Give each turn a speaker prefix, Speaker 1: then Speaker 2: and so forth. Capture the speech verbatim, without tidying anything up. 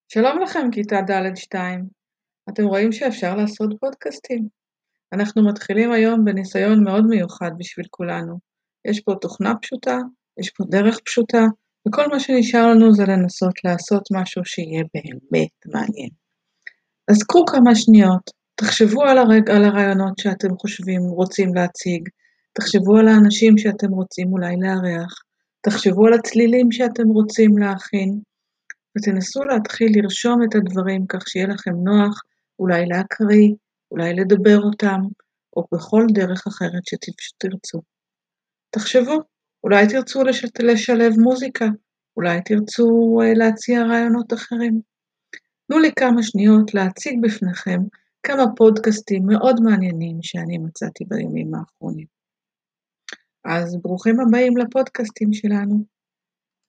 Speaker 1: שלום לכם כיתה ד' שתיים, אתם רואים שאפשר לעשות פודקאסטים? אנחנו מתחילים היום בניסיון מאוד מיוחד בשביל כולנו. יש פה תוכנה פשוטה, יש פה דרך פשוטה, וכל מה שנשאר לנו זה לנסות לעשות משהו שיהיה באמת מעניין. אז קחו כמה שניות, תחשבו על, הרג... על הרעיונות שאתם חושבים רוצים להציג, תחשבו על האנשים שאתם רוצים אולי לארח, תחשבו על הצלילים שאתם רוצים להכין, ותנסו להתחיל לרשום את הדברים כך שיהיה לכם נוח, אולי להקריא, אולי לדבר אותם, או בכל דרך אחרת שתרצו. תחשבו, אולי תרצו לש... לשלב מוזיקה, אולי תרצו uh, להציע רעיונות אחרים. תנו לי כמה שניות להציג בפניכם כמה פודקאסטים מאוד מעניינים שאני מצאתי בימים האחרונים. אז ברוכים הבאים לפודקאסטים שלנו.